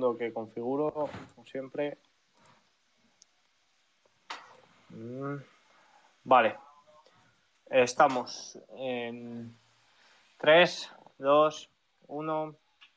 segundo que configuro, como siempre. Vale. Estamos en 3, 2, 1.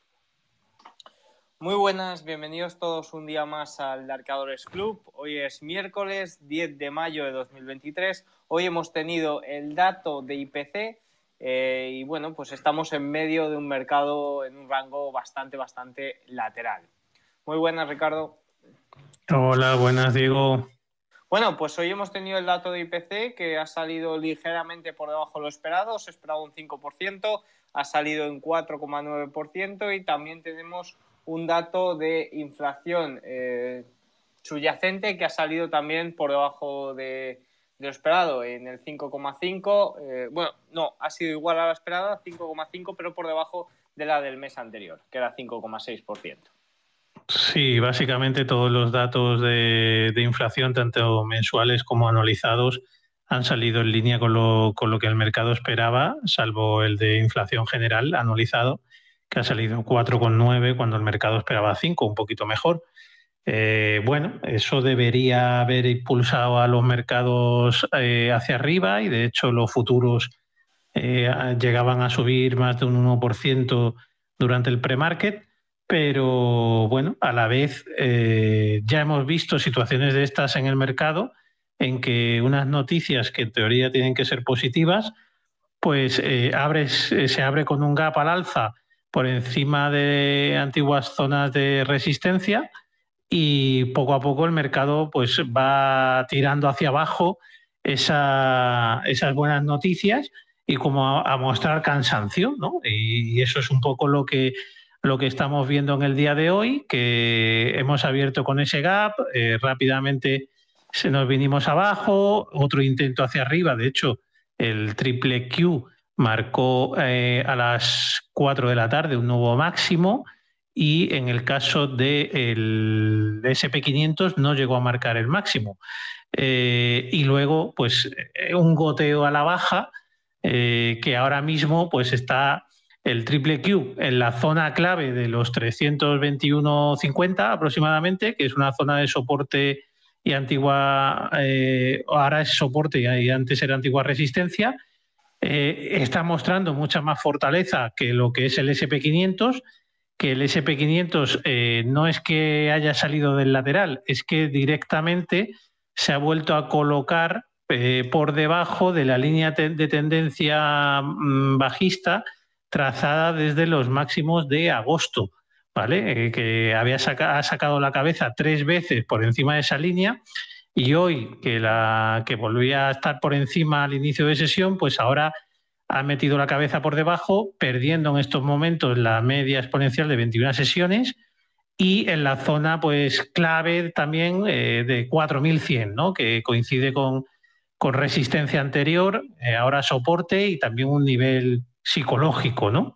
Muy buenas, bienvenidos todos un día más al Darkadores Club. Hoy es miércoles 10 de mayo de 2023. Hoy hemos tenido el dato de IPC y bueno, pues estamos en medio de un mercado en un rango bastante lateral. Muy buenas, Ricardo. Hola, buenas, Diego. Bueno, pues hoy hemos tenido el dato de IPC que ha salido ligeramente por debajo de lo esperado. Se esperaba un 5%, ha salido en 4,9% y también tenemos un dato de inflación subyacente que ha salido también por debajo de lo esperado, en el 5,5. Bueno, no, ha sido igual a la esperada, 5,5, pero por debajo de la del mes anterior, que era 5,6%. Sí, básicamente todos los datos de inflación, tanto mensuales como anualizados, han salido en línea con lo que el mercado esperaba, salvo el de inflación general anualizado, que ha salido 4,9 cuando el mercado esperaba 5, un poquito mejor. Bueno, eso debería haber impulsado a los mercados hacia arriba y de hecho los futuros llegaban a subir más de un 1% durante el pre-market, pero bueno, a la vez ya hemos visto situaciones de estas en el mercado en que unas noticias que en teoría tienen que ser positivas, pues se abre con un gap al alza por encima de antiguas zonas de resistencia y poco a poco el mercado pues va tirando hacia abajo esas buenas noticias y como a mostrar cansancio, ¿no? Y eso es un poco lo que estamos viendo en el día de hoy, que hemos abierto con ese gap, rápidamente se nos vinimos abajo, otro intento hacia arriba, de hecho el triple Q marcó a las 4 de la tarde un nuevo máximo y en el caso del SP500 no llegó a marcar el máximo. Y luego, pues, un goteo a la baja, que ahora mismo pues está el triple Q en la zona clave de los 321.50 aproximadamente, que es una zona de soporte y antigua, ahora es soporte y antes era antigua resistencia. Está mostrando mucha más fortaleza que lo que es el SP500, que el SP500 no es que haya salido del lateral, es que directamente se ha vuelto a colocar por debajo de la línea de tendencia bajista trazada desde los máximos de agosto, ¿vale? Que ha sacado la cabeza 3 veces por encima de esa línea y hoy que volvía a estar por encima al inicio de sesión, pues ahora ha metido la cabeza por debajo, perdiendo en estos momentos la media exponencial de 21 sesiones y en la zona pues clave también de 4.100, ¿no? Que coincide con resistencia anterior, ahora soporte y también un nivel psicológico, ¿no?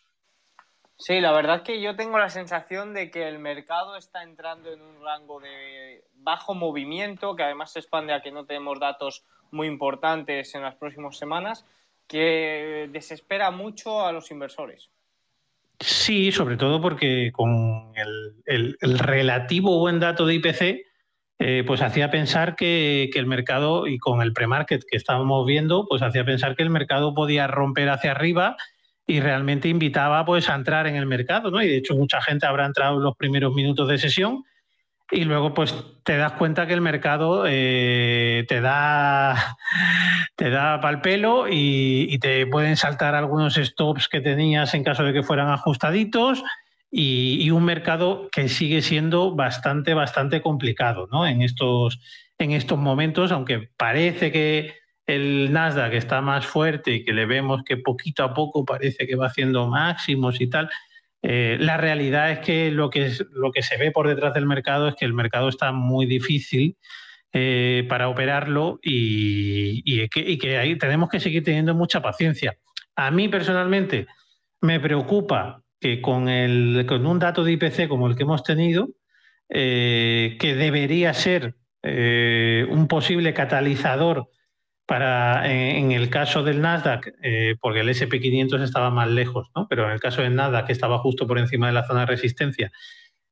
Sí, la verdad es que yo tengo la sensación de que el mercado está entrando en un rango de bajo movimiento, que además se expande a que no tenemos datos muy importantes en las próximas semanas, que desespera mucho a los inversores. Sí, sobre todo porque con el relativo buen dato de IPC, pues hacía pensar que el mercado, y con el pre-market que estábamos viendo, pues hacía pensar que el mercado podía romper hacia arriba y realmente invitaba pues a entrar en el mercado, ¿no? Y de hecho mucha gente habrá entrado en los primeros minutos de sesión y luego pues te das cuenta que el mercado te da pal pelo y te pueden saltar algunos stops que tenías en caso de que fueran ajustaditos y un mercado que sigue siendo bastante complicado, ¿no? En estos momentos, aunque parece que el Nasdaq está más fuerte y que le vemos que poquito a poco parece que va haciendo máximos y tal, la realidad es que lo que se ve por detrás del mercado es que el mercado está muy difícil para operarlo y que ahí tenemos que seguir teniendo mucha paciencia. A mí personalmente me preocupa que con un dato de IPC como el que hemos tenido, que debería ser un posible catalizador en el caso del Nasdaq, porque el SP500 estaba más lejos, ¿no? Pero en el caso del Nasdaq, que estaba justo por encima de la zona de resistencia,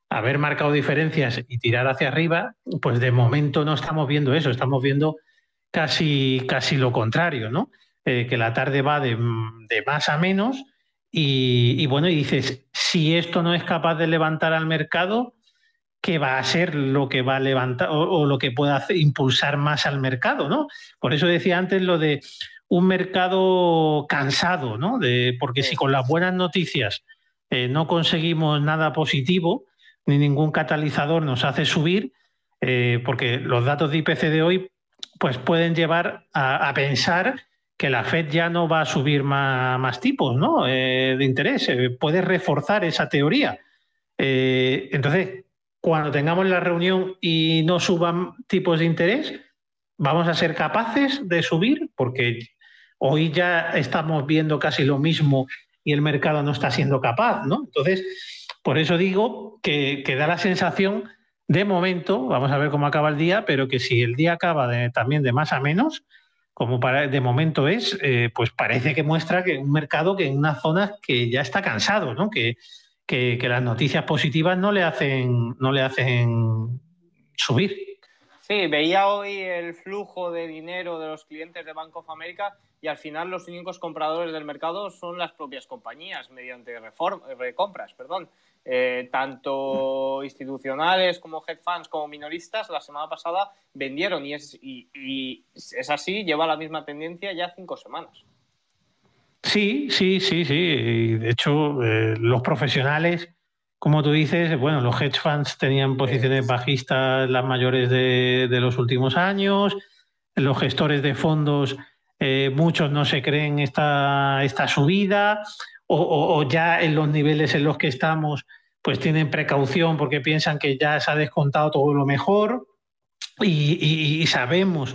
haber marcado diferencias y tirar hacia arriba, pues de momento no estamos viendo eso, estamos viendo casi lo contrario, ¿no? Que la tarde va de más a menos y bueno, y dices, si esto no es capaz de levantar al mercado, ¿qué va a ser lo que va a levantar o lo que pueda impulsar más al mercado, ¿no? Por eso decía antes lo de un mercado cansado, ¿no? Porque si Sí. con las buenas noticias no conseguimos nada positivo, ni ningún catalizador nos hace subir, porque los datos de IPC de hoy pues pueden llevar a pensar que la Fed ya no va a subir más tipos, ¿no? De interés. Puede reforzar esa teoría. Entonces, cuando tengamos la reunión y no suban tipos de interés, vamos a ser capaces de subir, porque hoy ya estamos viendo casi lo mismo y el mercado no está siendo capaz, ¿no? Entonces, por eso digo que da la sensación, de momento, vamos a ver cómo acaba el día, pero que si el día acaba también de más a menos, como de momento es, pues parece que muestra que un mercado que en unas zonas que ya está cansado, ¿no? Que las noticias positivas no le hacen subir. Sí, veía hoy el flujo de dinero de los clientes de Bank of America y al final los únicos compradores del mercado son las propias compañías mediante recompras, perdón. Tanto institucionales como hedge funds como minoristas la semana pasada vendieron y es así, lleva la misma tendencia ya 5 semanas. Sí, sí, sí, sí. Y de hecho, los profesionales, como tú dices, bueno, los hedge funds tenían posiciones bajistas las mayores de los últimos años, los gestores de fondos, muchos no se creen esta subida o ya en los niveles en los que estamos, pues tienen precaución porque piensan que ya se ha descontado todo lo mejor y sabemos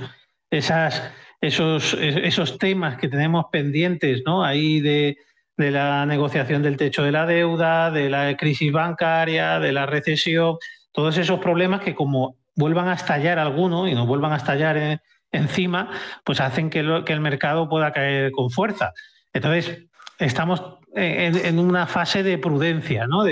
esos temas que tenemos pendientes, ¿no? Ahí de la negociación del techo de la deuda, de la crisis bancaria, de la recesión, todos esos problemas que como vuelvan a estallar alguno y nos vuelvan a estallar encima, pues hacen que el mercado pueda caer con fuerza. Entonces, estamos en una fase de prudencia, ¿no?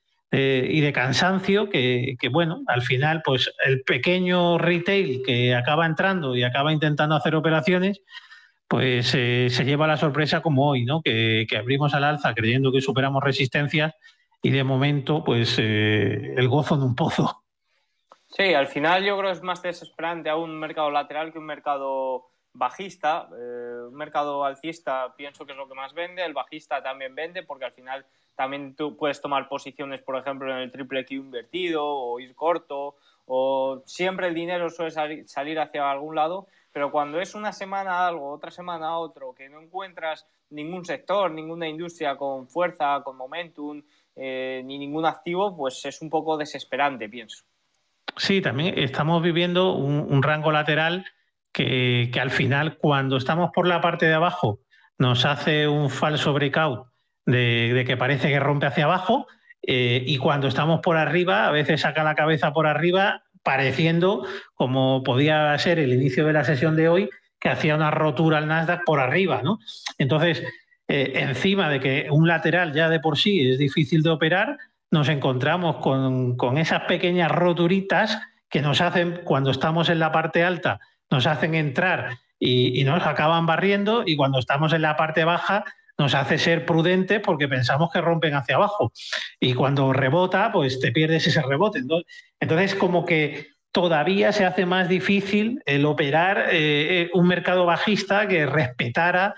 Y de cansancio bueno, al final, pues el pequeño retail que acaba entrando y acaba intentando hacer operaciones, pues se lleva la sorpresa como hoy, ¿no? Que abrimos al alza creyendo que superamos resistencias y de momento, pues el gozo en un pozo. Sí, al final yo creo que es más desesperante aún un mercado lateral que un mercado bajista. Un mercado alcista pienso que es lo que más vende, el bajista también vende porque al final también tú puedes tomar posiciones, por ejemplo, en el triple Q invertido o ir corto, o siempre el dinero suele salir hacia algún lado, pero cuando es una semana algo, otra semana otro, que no encuentras ningún sector, ninguna industria con fuerza, con momentum, ni ningún activo, pues es un poco desesperante, pienso. Sí, también estamos viviendo un rango lateral que al final, cuando estamos por la parte de abajo, nos hace un falso breakout de que parece que rompe hacia abajo, y cuando estamos por arriba, a veces saca la cabeza por arriba, pareciendo como podía ser el inicio de la sesión de hoy, que hacía una rotura al Nasdaq por arriba, ¿no? Entonces, encima de que un lateral ya de por sí es difícil de operar, nos encontramos con esas pequeñas roturitas que nos hacen, cuando estamos en la parte alta, nos hacen entrar y nos acaban barriendo, y cuando estamos en la parte baja nos hace ser prudentes porque pensamos que rompen hacia abajo. Y cuando rebota, pues te pierdes ese rebote. Entonces, como que todavía se hace más difícil el operar un mercado bajista que respetara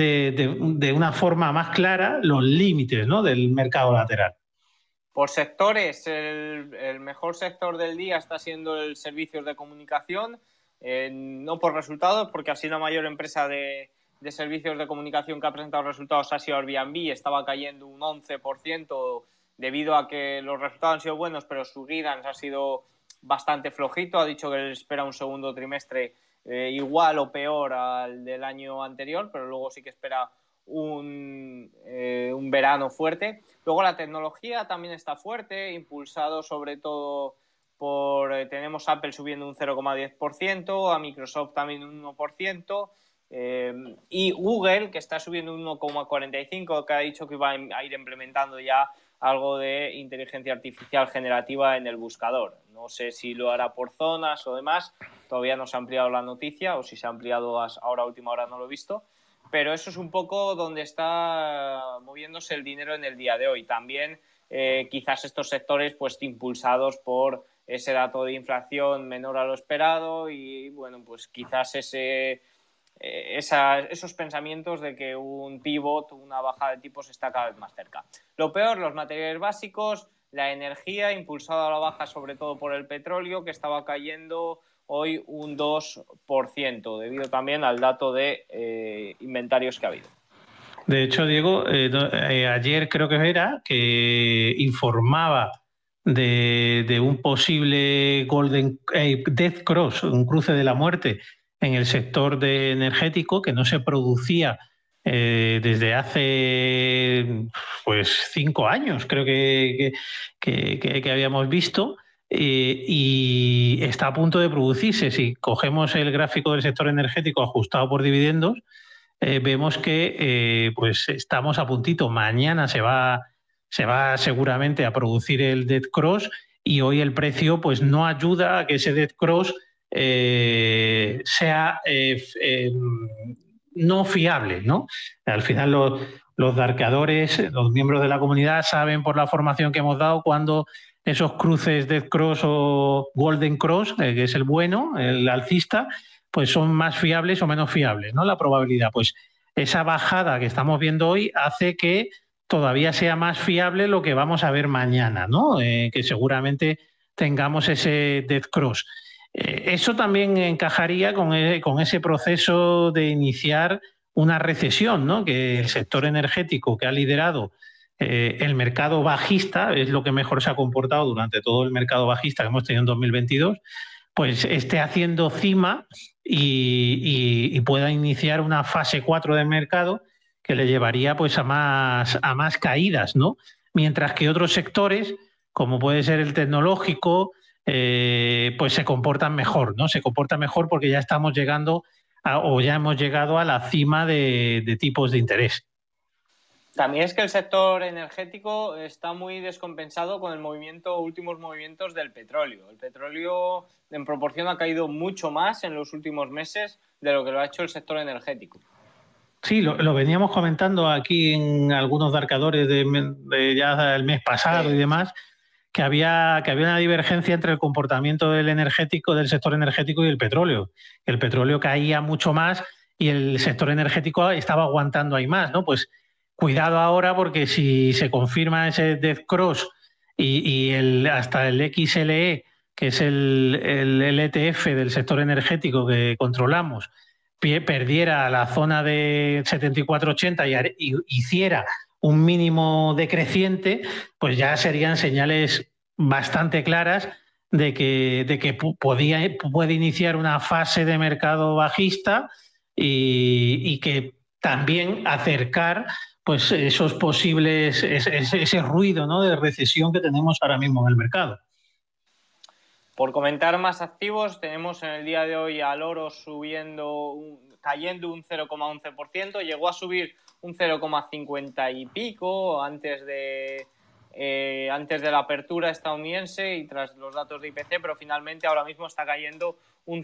de una forma más clara los límites, ¿no?, del mercado lateral. Por sectores, el mejor sector del día está siendo el servicios de comunicación, no por resultados, porque así la mayor empresa de servicios de comunicación que ha presentado resultados ha sido Airbnb, estaba cayendo un 11% debido a que los resultados han sido buenos, pero su guidance ha sido bastante flojito, ha dicho que espera un segundo trimestre igual o peor al del año anterior, pero luego sí que espera un verano fuerte. Luego la tecnología también está fuerte, impulsado sobre todo por, tenemos Apple subiendo un 0,10%, a Microsoft también un 1%, y Google, que está subiendo un 1,45%, que ha dicho que va a ir implementando ya algo de inteligencia artificial generativa en el buscador. No sé si lo hará por zonas o demás, todavía no se ha ampliado la noticia, o si se ha ampliado ahora a última hora no lo he visto, pero eso es un poco donde está moviéndose el dinero en el día de hoy. También quizás estos sectores pues impulsados por ese dato de inflación menor a lo esperado y bueno, pues quizás esos pensamientos de que un pivot, una bajada de tipos está cada vez más cerca. Lo peor, los materiales básicos, la energía impulsada a la baja sobre todo por el petróleo, que estaba cayendo hoy un 2%, debido también al dato de inventarios que ha habido. De hecho, Diego, ayer creo que era que informaba de un posible Death Cross, un cruce de la muerte en el sector energético que no se producía desde hace pues 5 años, creo que habíamos visto. Y está a punto de producirse. Si cogemos el gráfico del sector energético ajustado por dividendos, vemos que pues estamos a puntito. Mañana se va seguramente a producir el Dead Cross y hoy el precio pues no ayuda a que ese Dead Cross sea no fiable, ¿no? Al final los darkeadores, los miembros de la comunidad saben por la formación que hemos dado cuando esos cruces Dead Cross o Golden Cross, que es el bueno, el alcista, pues son más fiables o menos fiables, ¿no? La probabilidad, pues esa bajada que estamos viendo hoy hace que todavía sea más fiable lo que vamos a ver mañana, ¿no? Que seguramente tengamos ese Death Cross. Eso también encajaría con ese proceso de iniciar una recesión, ¿no? Que el sector energético que ha liderado el mercado bajista, es lo que mejor se ha comportado durante todo el mercado bajista que hemos tenido en 2022, pues esté haciendo cima y pueda iniciar una fase 4 del mercado que le llevaría pues a más caídas, ¿no? Mientras que otros sectores, como puede ser el tecnológico, pues se comportan mejor, ¿no? Se comportan mejor porque ya estamos llegando o ya hemos llegado a la cima de tipos de interés. También es que el sector energético está muy descompensado con últimos movimientos del petróleo. El petróleo en proporción ha caído mucho más en los últimos meses de lo que lo ha hecho el sector energético. Sí, lo veníamos comentando aquí en algunos darkadores de ya el mes pasado y demás, que había una divergencia entre el comportamiento del sector energético y el petróleo. El petróleo caía mucho más y el sector energético estaba aguantando ahí más, ¿no? Pues cuidado ahora porque si se confirma ese Death Cross y hasta el XLE, que es el ETF del sector energético que controlamos, perdiera la zona de 74,80 y hiciera un mínimo decreciente, pues ya serían señales bastante claras de que puede iniciar una fase de mercado bajista y que también acercar pues esos posibles, ese ruido, ¿no?, de recesión que tenemos ahora mismo en el mercado. Por comentar más activos, tenemos en el día de hoy al oro cayendo un 0,11%, llegó a subir un 0,50 y pico antes de la apertura estadounidense y tras los datos de IPC, pero finalmente ahora mismo está cayendo un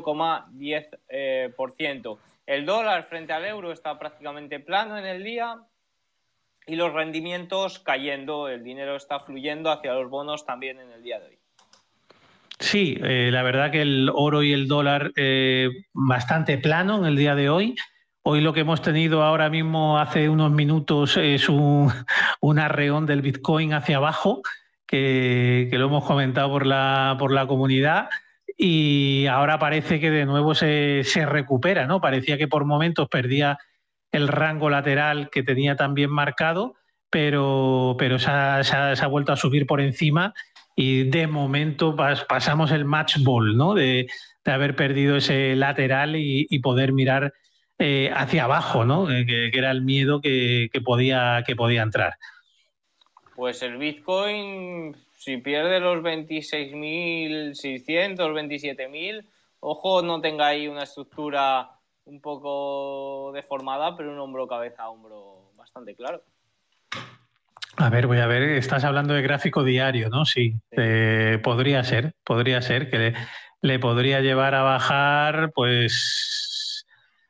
0,10%. El dólar frente al euro está prácticamente plano en el día y los rendimientos cayendo, el dinero está fluyendo hacia los bonos también en el día de hoy. Sí, la verdad que el oro y el dólar bastante plano en el día de hoy. Hoy lo que hemos tenido ahora mismo hace unos minutos es un arreón del Bitcoin hacia abajo, que lo hemos comentado por la comunidad, y ahora parece que de nuevo se recupera, ¿no? Parecía que por momentos perdía el rango lateral que tenía tan bien marcado, pero se ha vuelto a subir por encima y de momento pasamos el match ball, ¿no? De haber perdido ese lateral y poder mirar hacia abajo, ¿no? Que era el miedo que podía entrar. Pues el Bitcoin, si pierde los 26.600, 27.000, ojo, no tenga ahí una estructura un poco deformada, pero un hombro cabeza a hombro bastante claro. A ver, voy a ver, estás hablando de gráfico diario, ¿no? Sí, Sí. podría ser que le podría llevar a bajar, pues,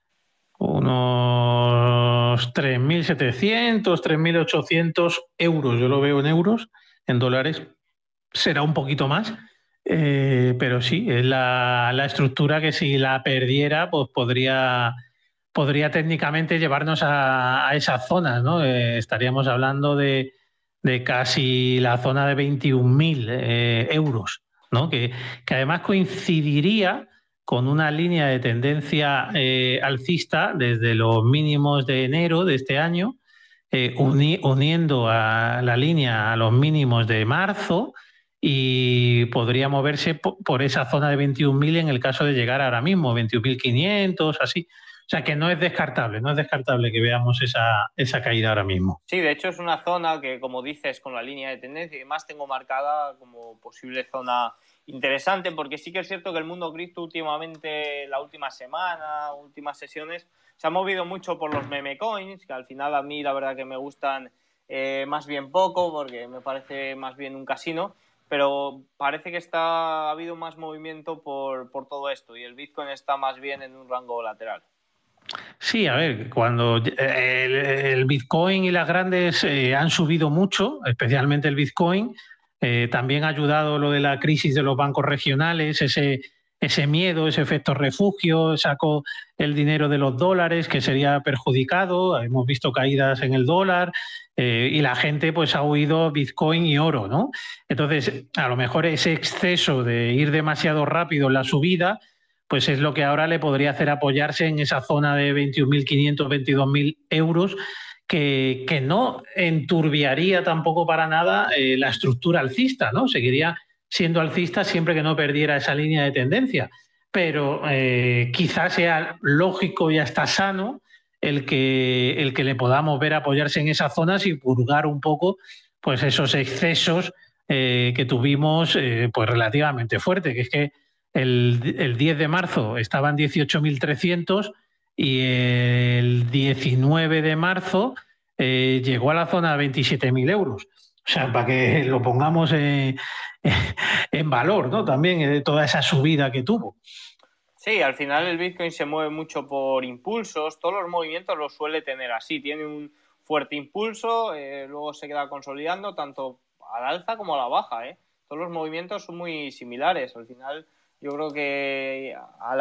unos 3.700, 3.800 euros. Yo lo veo en euros, en dólares será un poquito más, pero sí, es la estructura que si la perdiera, pues podría técnicamente llevarnos a esas zonas, ¿no? Estaríamos hablando de casi la zona de 21.000 euros, ¿no? Que además coincidiría con una línea de tendencia alcista desde los mínimos de enero de este año, uniendo a la línea a los mínimos de marzo, y podría moverse por esa zona de 21.000 en el caso de llegar ahora mismo, 21.500, así. O sea que no es descartable que veamos esa caída ahora mismo. Sí, de hecho es una zona que, como dices, con la línea de tendencia y demás, tengo marcada como posible zona interesante, porque sí que es cierto que el mundo cripto últimamente, la última semana, últimas sesiones, se ha movido mucho por los meme coins, que al final a mí la verdad que me gustan más bien poco, porque me parece más bien un casino, pero parece que ha habido más movimiento por todo esto y el Bitcoin está más bien en un rango lateral. Sí, a ver, cuando el Bitcoin y las grandes han subido mucho, especialmente el Bitcoin, también ha ayudado lo de la crisis de los bancos regionales, ese miedo, ese efecto refugio, sacó el dinero de los dólares que sería perjudicado, hemos visto caídas en el dólar, y la gente pues ha huido Bitcoin y oro, ¿no? Entonces, a lo mejor ese exceso de ir demasiado rápido en la subida pues es lo que ahora le podría hacer apoyarse en esa zona de 21.500, 22.000 euros, que no enturbiaría tampoco para nada la estructura alcista, ¿no? Seguiría siendo alcista siempre que no perdiera esa línea de tendencia. Pero quizás sea lógico y hasta sano el que le podamos ver apoyarse en esas zonas y purgar un poco pues esos excesos que tuvimos pues relativamente fuerte, que es que el 10 de marzo estaban 18.300 y el 19 de marzo llegó a la zona de 27.000 euros. O sea, para que lo pongamos en valor, ¿no? También toda esa subida que tuvo. Sí, al final el Bitcoin se mueve mucho por impulsos, todos los movimientos los suele tener así, tiene un fuerte impulso, luego se queda consolidando tanto al alza como a la baja, ¿eh? Todos los movimientos son muy similares, al final yo creo que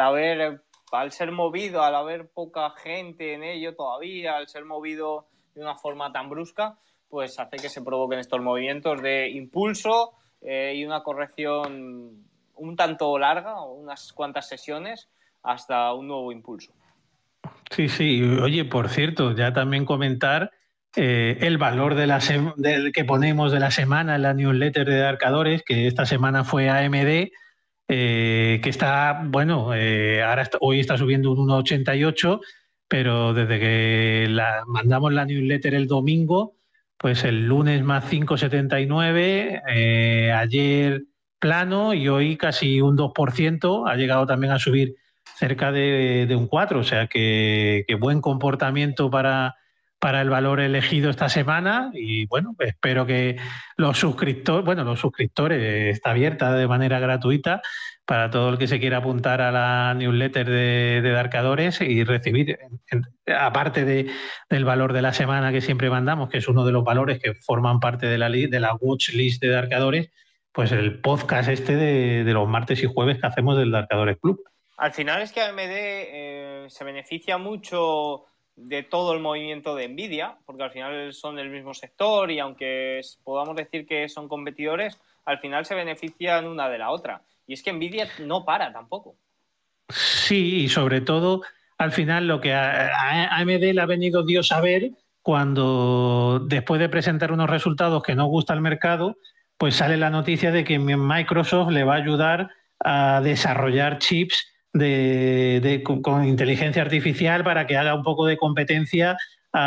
al ser movido, al haber poca gente en ello todavía, al ser movido de una forma tan brusca, pues hace que se provoquen estos movimientos de impulso y una corrección un tanto larga, unas cuantas sesiones, hasta un nuevo impulso. Sí, sí. Oye, por cierto, ya también comentar el valor del que ponemos de la semana en la newsletter de Darkadores, que esta semana fue AMD, que está, bueno, hoy está subiendo un 1,88, pero desde que mandamos la newsletter el domingo, pues el lunes más 5,79, ayer plano y hoy casi un 2%, ha llegado también a subir cerca de un 4%, o sea que buen comportamiento para el valor elegido esta semana y bueno, espero que los suscriptores, está abierta de manera gratuita para todo el que se quiera apuntar a la newsletter de Darkadores y recibir, aparte del valor de la semana que siempre mandamos, que es uno de los valores que forman parte de la watch list de Darkadores, pues el podcast de los martes y jueves que hacemos del Darkadores Club. Al final es que AMD se beneficia mucho de todo el movimiento de Nvidia, porque al final son del mismo sector y aunque podamos decir que son competidores, al final se benefician una de la otra. Y es que Nvidia no para tampoco. Sí, y sobre todo, al final lo que a AMD le ha venido Dios a ver cuando después de presentar unos resultados que no gusta al mercado, pues sale la noticia de que Microsoft le va a ayudar a desarrollar chips con inteligencia artificial para que haga un poco de competencia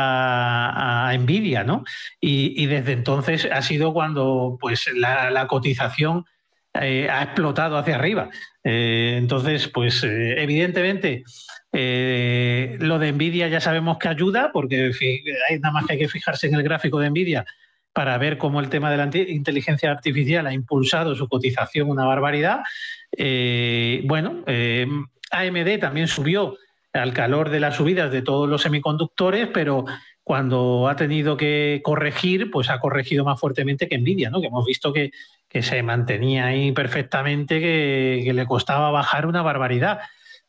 a Nvidia, ¿no? Y desde entonces ha sido cuando pues la cotización ha explotado hacia arriba. Entonces, pues evidentemente lo de Nvidia ya sabemos que ayuda, porque nada más que hay que fijarse en el gráfico de Nvidia para ver cómo el tema de la inteligencia artificial ha impulsado su cotización una barbaridad. AMD también subió al calor de las subidas de todos los semiconductores, pero cuando ha tenido que corregir, pues ha corregido más fuertemente que Nvidia, ¿no? Que hemos visto que se mantenía ahí perfectamente, que le costaba bajar una barbaridad.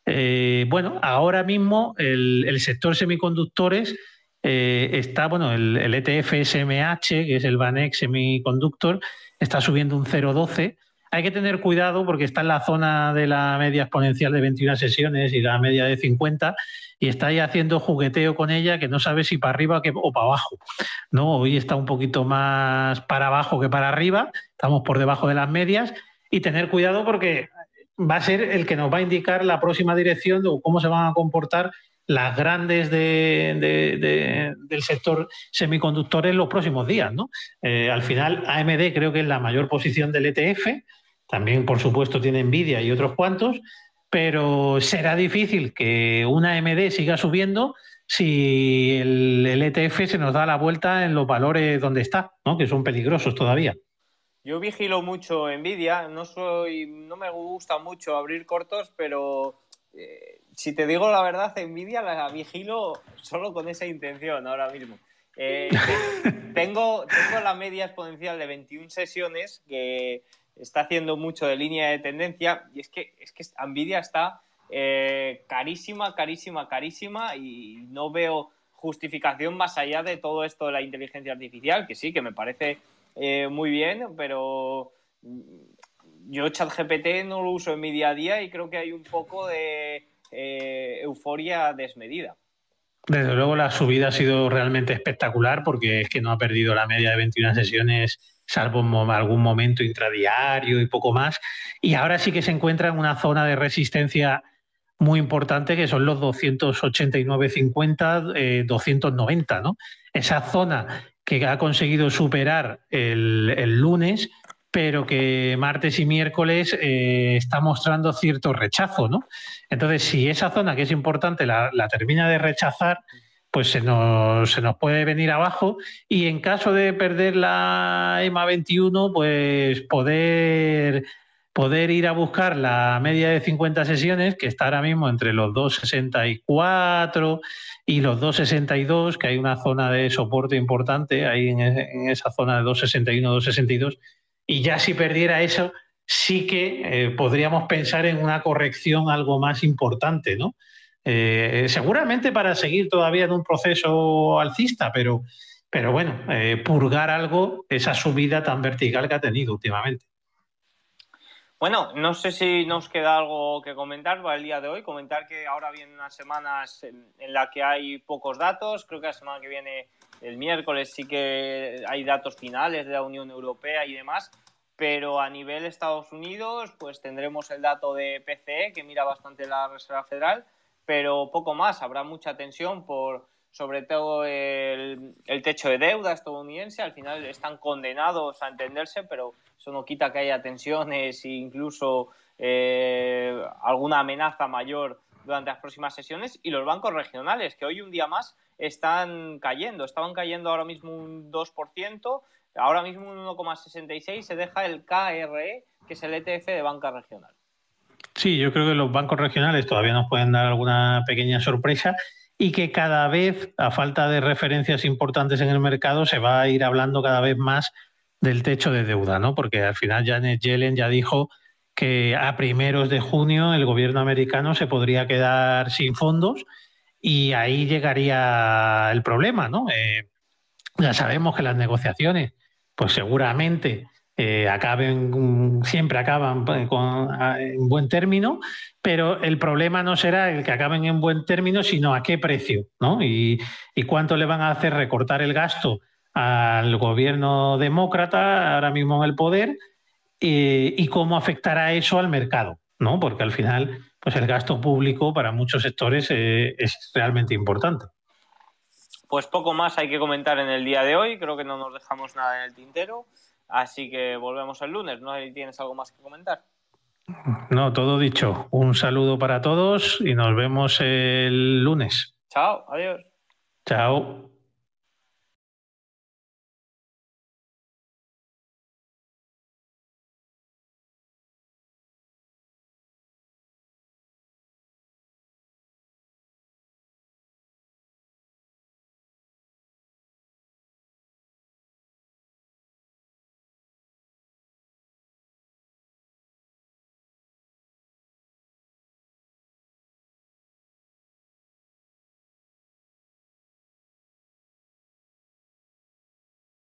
Ahora mismo el sector semiconductores está, el ETF SMH, que es el Vanex Semiconductor, está subiendo un 0,12. Hay que tener cuidado porque está en la zona de la media exponencial de 21 sesiones y la media de 50 y está ahí haciendo jugueteo con ella que no sabe si para arriba o para abajo, ¿no? Hoy está un poquito más para abajo que para arriba, estamos por debajo de las medias y tener cuidado porque va a ser el que nos va a indicar la próxima dirección o cómo se van a comportar las grandes del sector semiconductores en los próximos días, ¿no? Al final, AMD creo que es la mayor posición del ETF, también, por supuesto, tiene Nvidia y otros cuantos, pero será difícil que una AMD siga subiendo si el ETF se nos da la vuelta en los valores donde está, ¿no? Que son peligrosos todavía. Yo vigilo mucho Nvidia, no me gusta mucho abrir cortos, pero si te digo la verdad, Nvidia la vigilo solo con esa intención ahora mismo. Tengo la media exponencial de 21 sesiones que está haciendo mucho de línea de tendencia y es que Nvidia está carísima, carísima, carísima y no veo justificación más allá de todo esto de la inteligencia artificial, que sí, que me parece muy bien, pero yo ChatGPT no lo uso en mi día a día y creo que hay un poco de euforia desmedida. Desde luego la subida ha sido realmente espectacular porque es que no ha perdido la media de 21 sesiones salvo en algún momento intradiario y poco más. Y ahora sí que se encuentra en una zona de resistencia muy importante que son los 289,50, 290, ¿no? Esa zona que ha conseguido superar el lunes, pero que martes y miércoles está mostrando cierto rechazo, ¿no? Entonces, si esa zona que es importante la termina de rechazar, pues se nos puede venir abajo y en caso de perder la EMA 21, pues poder ir a buscar la media de 50 sesiones, que está ahora mismo entre los 2,64 y los 2,62, que hay una zona de soporte importante ahí en esa zona de 2,61, 2,62, y ya si perdiera eso, sí que podríamos pensar en una corrección algo más importante, ¿no? Seguramente para seguir todavía en un proceso alcista, pero bueno, purgar algo esa subida tan vertical que ha tenido últimamente. Bueno, no sé si nos queda algo que comentar para el día de hoy. Comentar que ahora vienen unas semanas en las que hay pocos datos. Creo que la semana que viene, el miércoles, sí que hay datos finales de la Unión Europea y demás. Pero a nivel Estados Unidos, pues tendremos el dato de PCE, que mira bastante la Reserva Federal, pero poco más. Habrá mucha tensión por, sobre todo, el techo de deuda estadounidense. Al final están condenados a entenderse, pero eso no quita que haya tensiones e incluso alguna amenaza mayor durante las próximas sesiones. Y los bancos regionales, que hoy un día más están cayendo. Estaban cayendo ahora mismo un 2%, ahora mismo un 1,66%. Se deja el KRE, que es el ETF de banca regional. Sí, yo creo que los bancos regionales todavía nos pueden dar alguna pequeña sorpresa y que cada vez, a falta de referencias importantes en el mercado, se va a ir hablando cada vez más del techo de deuda, ¿no? Porque al final Janet Yellen ya dijo que a primeros de junio el gobierno americano se podría quedar sin fondos y ahí llegaría el problema, ¿no? Ya sabemos que las negociaciones, pues seguramente siempre acaban en buen término, pero el problema no será el que acaben en buen término, sino a qué precio, ¿no? Y cuánto le van a hacer recortar el gasto al gobierno demócrata ahora mismo en el poder y cómo afectará eso al mercado, ¿no? Porque al final, pues el gasto público para muchos sectores es realmente importante. Pues poco más hay que comentar en el día de hoy. Creo que no nos dejamos nada en el tintero. Así que volvemos el lunes. ¿No tienes algo más que comentar? No, todo dicho. Un saludo para todos y nos vemos el lunes. Chao, adiós. Chao.